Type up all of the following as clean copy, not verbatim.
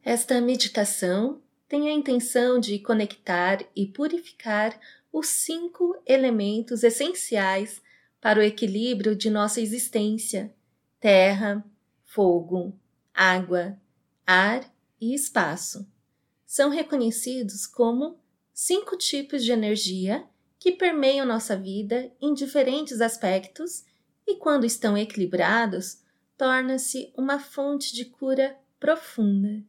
Esta meditação tem a intenção de conectar e purificar os 5 elementos essenciais para o equilíbrio de nossa existência: terra, fogo, água, ar e espaço. São reconhecidos como 5 tipos de energia que permeiam nossa vida em diferentes aspectos e, quando estão equilibrados, torna-se uma fonte de cura profunda.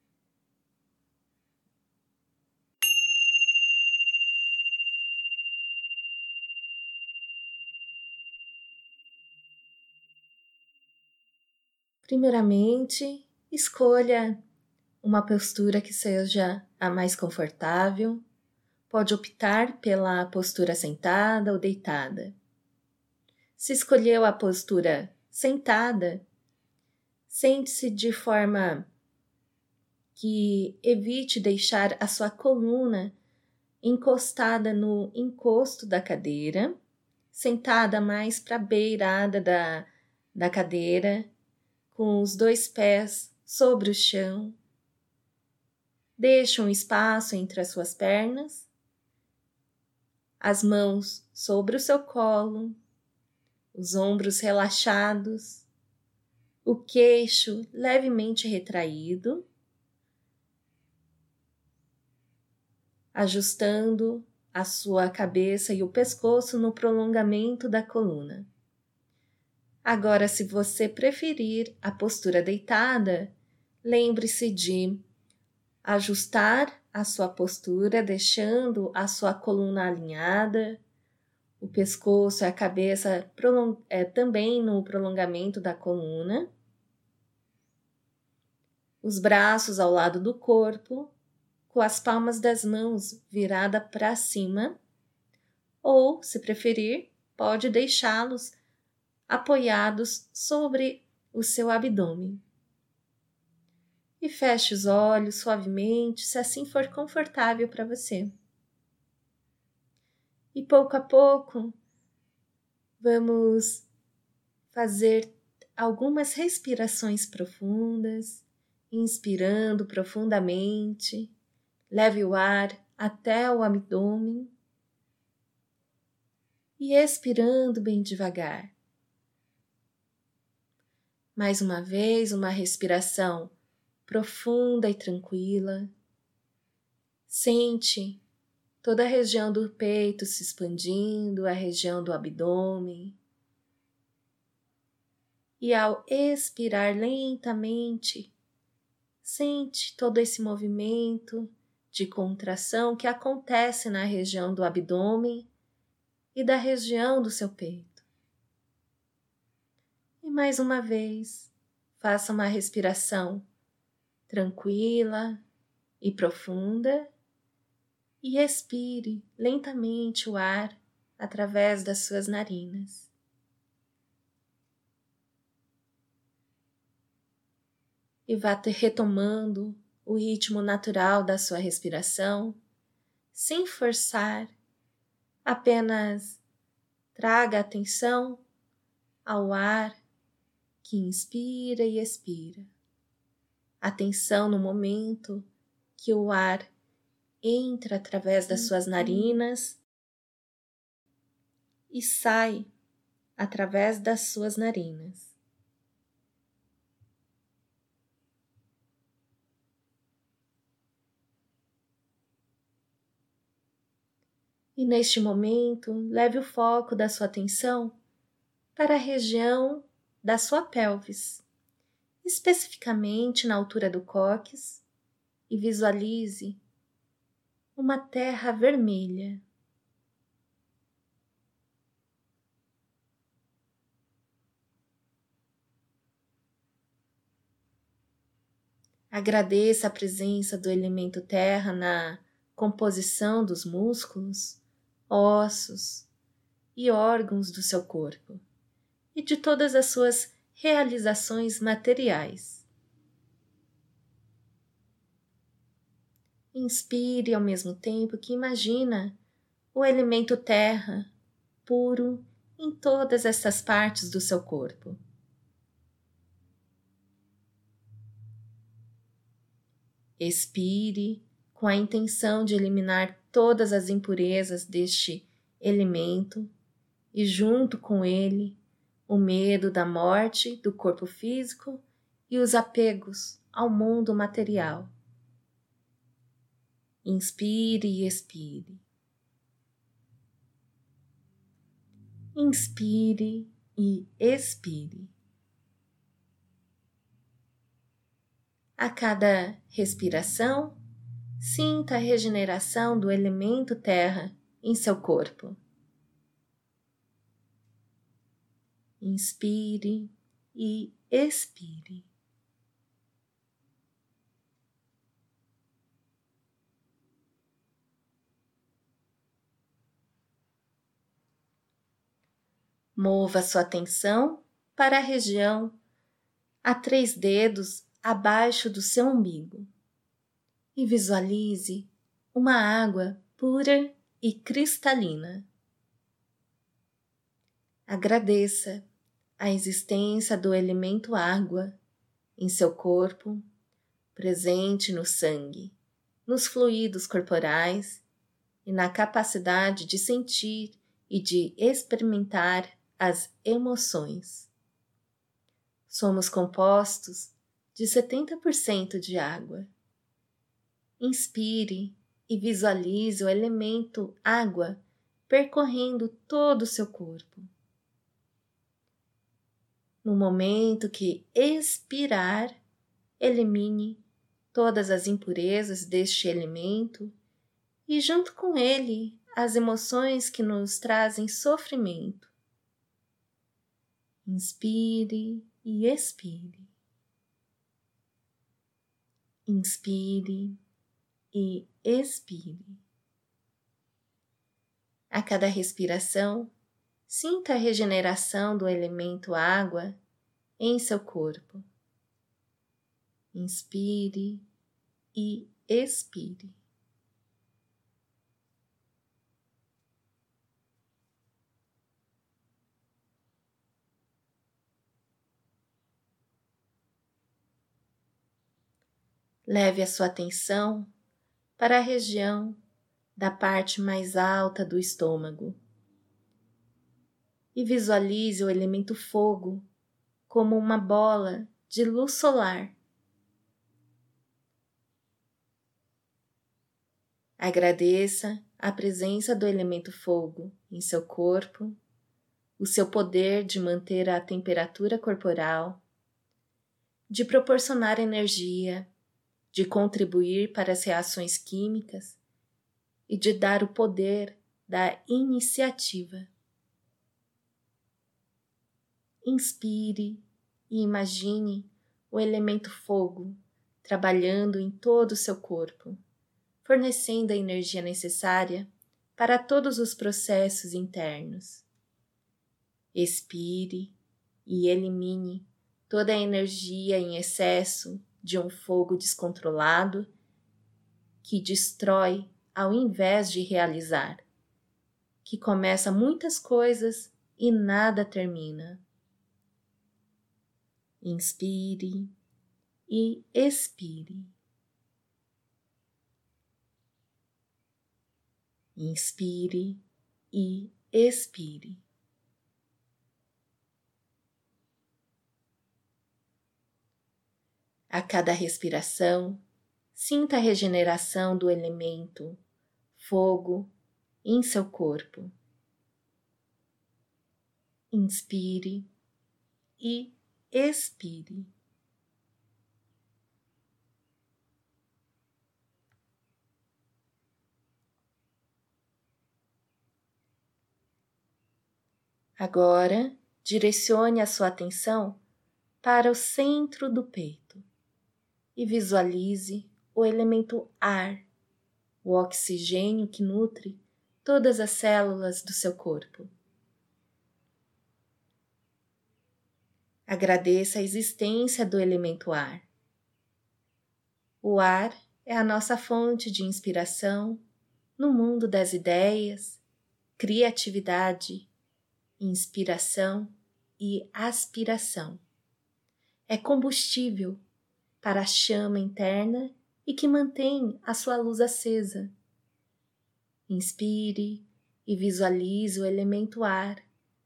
Primeiramente, escolha uma postura que seja a mais confortável. Pode optar pela postura sentada ou deitada. Se escolheu a postura sentada, sente-se de forma que evite deixar a sua coluna encostada no encosto da cadeira, sentada mais para a beirada da cadeira, com os 2 pés sobre o chão. Deixe um espaço entre as suas pernas, as mãos sobre o seu colo, os ombros relaxados, o queixo levemente retraído, ajustando a sua cabeça e o pescoço no prolongamento da coluna. Agora, se você preferir a postura deitada, lembre-se de ajustar a sua postura, deixando a sua coluna alinhada, o pescoço e a cabeça também no prolongamento da coluna, os braços ao lado do corpo, com as palmas das mãos viradas para cima, ou, se preferir, pode deixá-los apoiados sobre o seu abdômen. E feche os olhos suavemente, se assim for confortável para você. E pouco a pouco, vamos fazer algumas respirações profundas, inspirando profundamente. Leve o ar até o abdômen e expirando bem devagar. Mais uma vez, uma respiração profunda e tranquila. Sente toda a região do peito se expandindo, a região do abdômen. E ao expirar lentamente, sente todo esse movimento de contração que acontece na região do abdômen e da região do seu peito. E mais uma vez, faça uma respiração tranquila e profunda e expire lentamente o ar através das suas narinas. E vá retomando o ritmo natural da sua respiração, sem forçar, apenas traga atenção ao ar que inspira e expira. Atenção no momento que o ar entra através das suas narinas e sai através das suas narinas. E neste momento, leve o foco da sua atenção para a região da sua pelvis, especificamente na altura do cóccix, e visualize uma terra vermelha. Agradeça a presença do elemento terra na composição dos músculos, ossos e órgãos do seu corpo e de todas as suas realizações materiais. Inspire ao mesmo tempo que imagina o elemento terra puro em todas essas partes do seu corpo. Expire com a intenção de eliminar todas as impurezas deste elemento e, junto com ele, o medo da morte do corpo físico e os apegos ao mundo material. Inspire e expire. Inspire e expire. A cada respiração, sinta a regeneração do elemento terra em seu corpo. Inspire e expire. Mova sua atenção para a região a 3 dedos abaixo do seu umbigo e visualize uma água pura e cristalina. Agradeça a existência do elemento água em seu corpo, presente no sangue, nos fluidos corporais e na capacidade de sentir e de experimentar as emoções. Somos compostos de 70% de água. Inspire e visualize o elemento água percorrendo todo o seu corpo. No momento que expirar, elimine todas as impurezas deste elemento e, junto com ele, as emoções que nos trazem sofrimento. Inspire e expire. Inspire e expire. A cada respiração, sinta a regeneração do elemento água em seu corpo. Inspire e expire. Leve a sua atenção para a região da parte mais alta do estômago e visualize o elemento fogo como uma bola de luz solar. Agradeça a presença do elemento fogo em seu corpo, o seu poder de manter a temperatura corporal, de proporcionar energia, de contribuir para as reações químicas e de dar o poder da iniciativa. Inspire e imagine o elemento fogo trabalhando em todo o seu corpo, fornecendo a energia necessária para todos os processos internos. Expire e elimine toda a energia em excesso de um fogo descontrolado que destrói ao invés de realizar, que começa muitas coisas e nada termina. Inspire e expire. Inspire e expire. A cada respiração, sinta a regeneração do elemento fogo em seu corpo. Inspire e expire. Agora, direcione a sua atenção para o centro do peito e visualize o elemento ar, o oxigênio que nutre todas as células do seu corpo. Agradeça a existência do elemento ar. O ar é a nossa fonte de inspiração no mundo das ideias, criatividade, inspiração e aspiração. É combustível para a chama interna e que mantém a sua luz acesa. Inspire e visualize o elemento ar.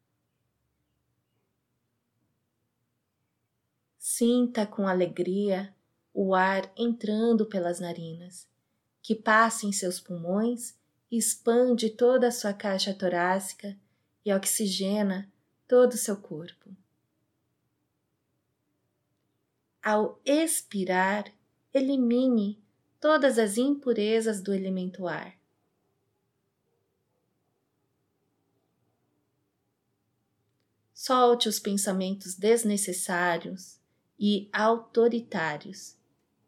Sinta com alegria o ar entrando pelas narinas, que passa em seus pulmões e expande toda a sua caixa torácica e oxigena todo o seu corpo. Ao expirar, elimine todas as impurezas do elemento ar. Solte os pensamentos desnecessários e autoritários,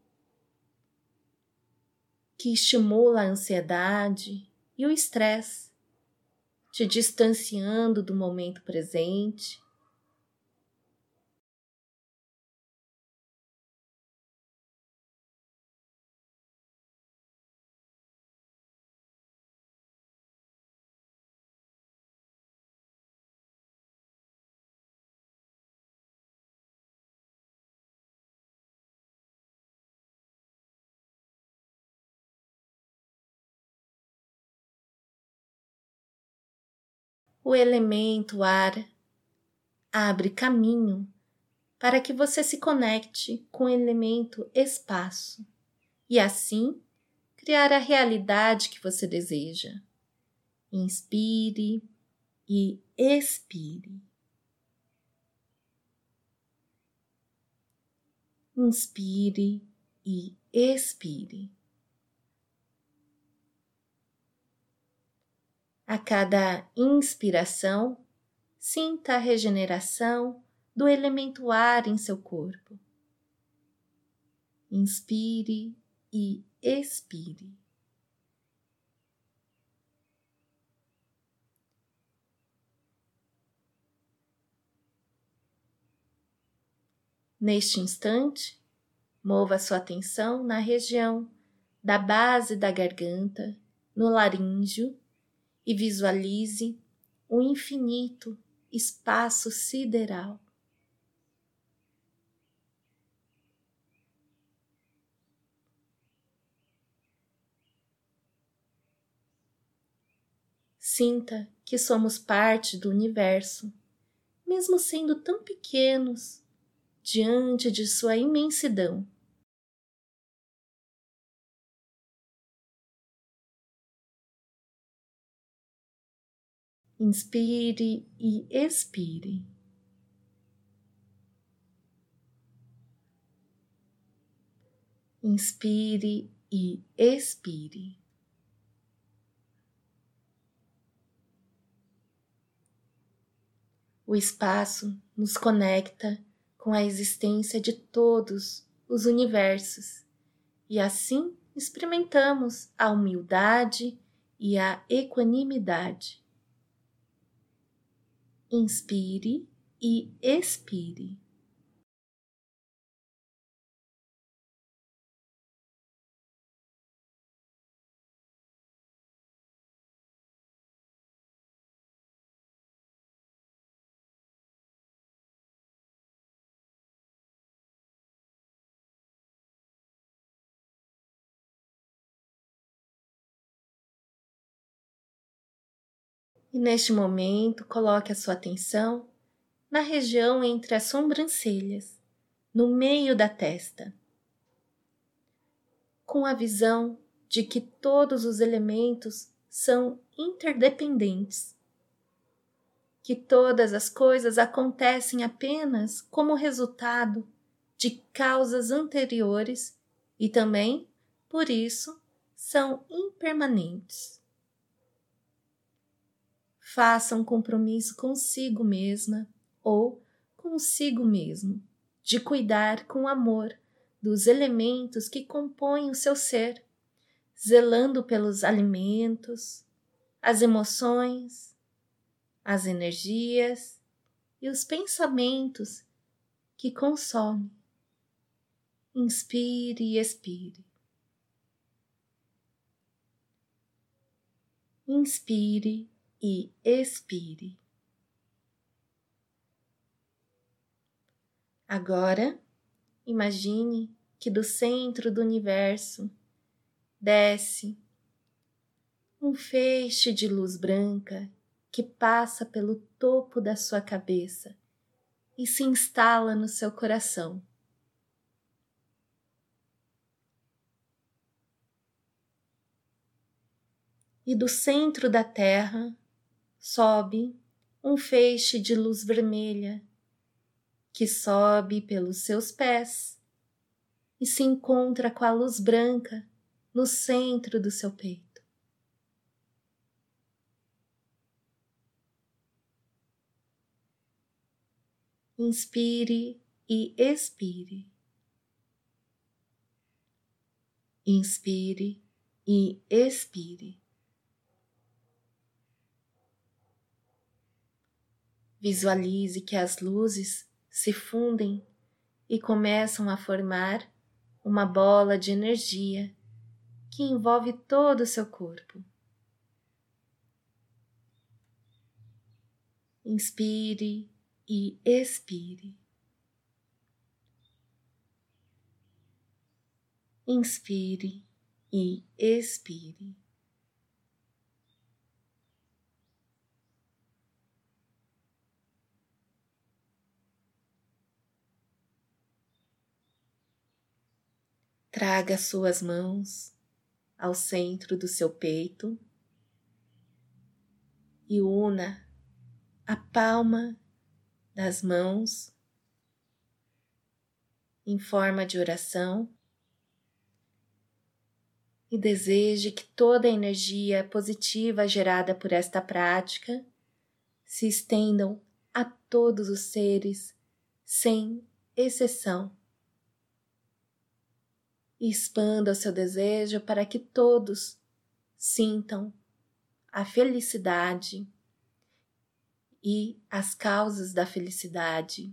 que estimulam a ansiedade e o estresse, te distanciando do momento presente. O elemento ar abre caminho para que você se conecte com o elemento espaço e assim criar a realidade que você deseja. Inspire e expire. Inspire e expire. A cada inspiração, sinta a regeneração do elemento ar em seu corpo. Inspire e expire. Neste instante, mova sua atenção na região da base da garganta, no laríngeo, e visualize o infinito espaço sideral. Sinta que somos parte do universo, mesmo sendo tão pequenos diante de sua imensidão. Inspire e expire. Inspire e expire. O espaço nos conecta com a existência de todos os universos e assim experimentamos a humildade e a equanimidade. Inspire e expire. E neste momento, coloque a sua atenção na região entre as sobrancelhas, no meio da testa, com a visão de que todos os elementos são interdependentes, que todas as coisas acontecem apenas como resultado de causas anteriores e também, por isso, são impermanentes. Faça um compromisso consigo mesma ou consigo mesmo de cuidar com amor dos elementos que compõem o seu ser, zelando pelos alimentos, as emoções, as energias e os pensamentos que consome. Inspire e expire. Inspire e expire. Agora, imagine que do centro do universo desce um feixe de luz branca que passa pelo topo da sua cabeça e se instala no seu coração. E do centro da Terra sobe um feixe de luz vermelha que sobe pelos seus pés e se encontra com a luz branca no centro do seu peito. Inspire e expire. Inspire e expire. Visualize que as luzes se fundem e começam a formar uma bola de energia que envolve todo o seu corpo. Inspire e expire. Inspire e expire. Traga suas mãos ao centro do seu peito e una a palma das mãos em forma de oração e deseje que toda a energia positiva gerada por esta prática se estendam a todos os seres, sem exceção. E expanda o seu desejo para que todos sintam a felicidade e as causas da felicidade.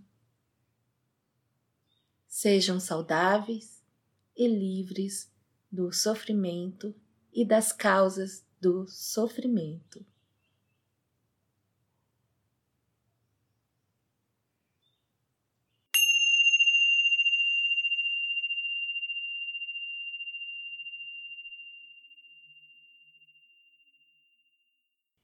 Sejam saudáveis e livres do sofrimento e das causas do sofrimento.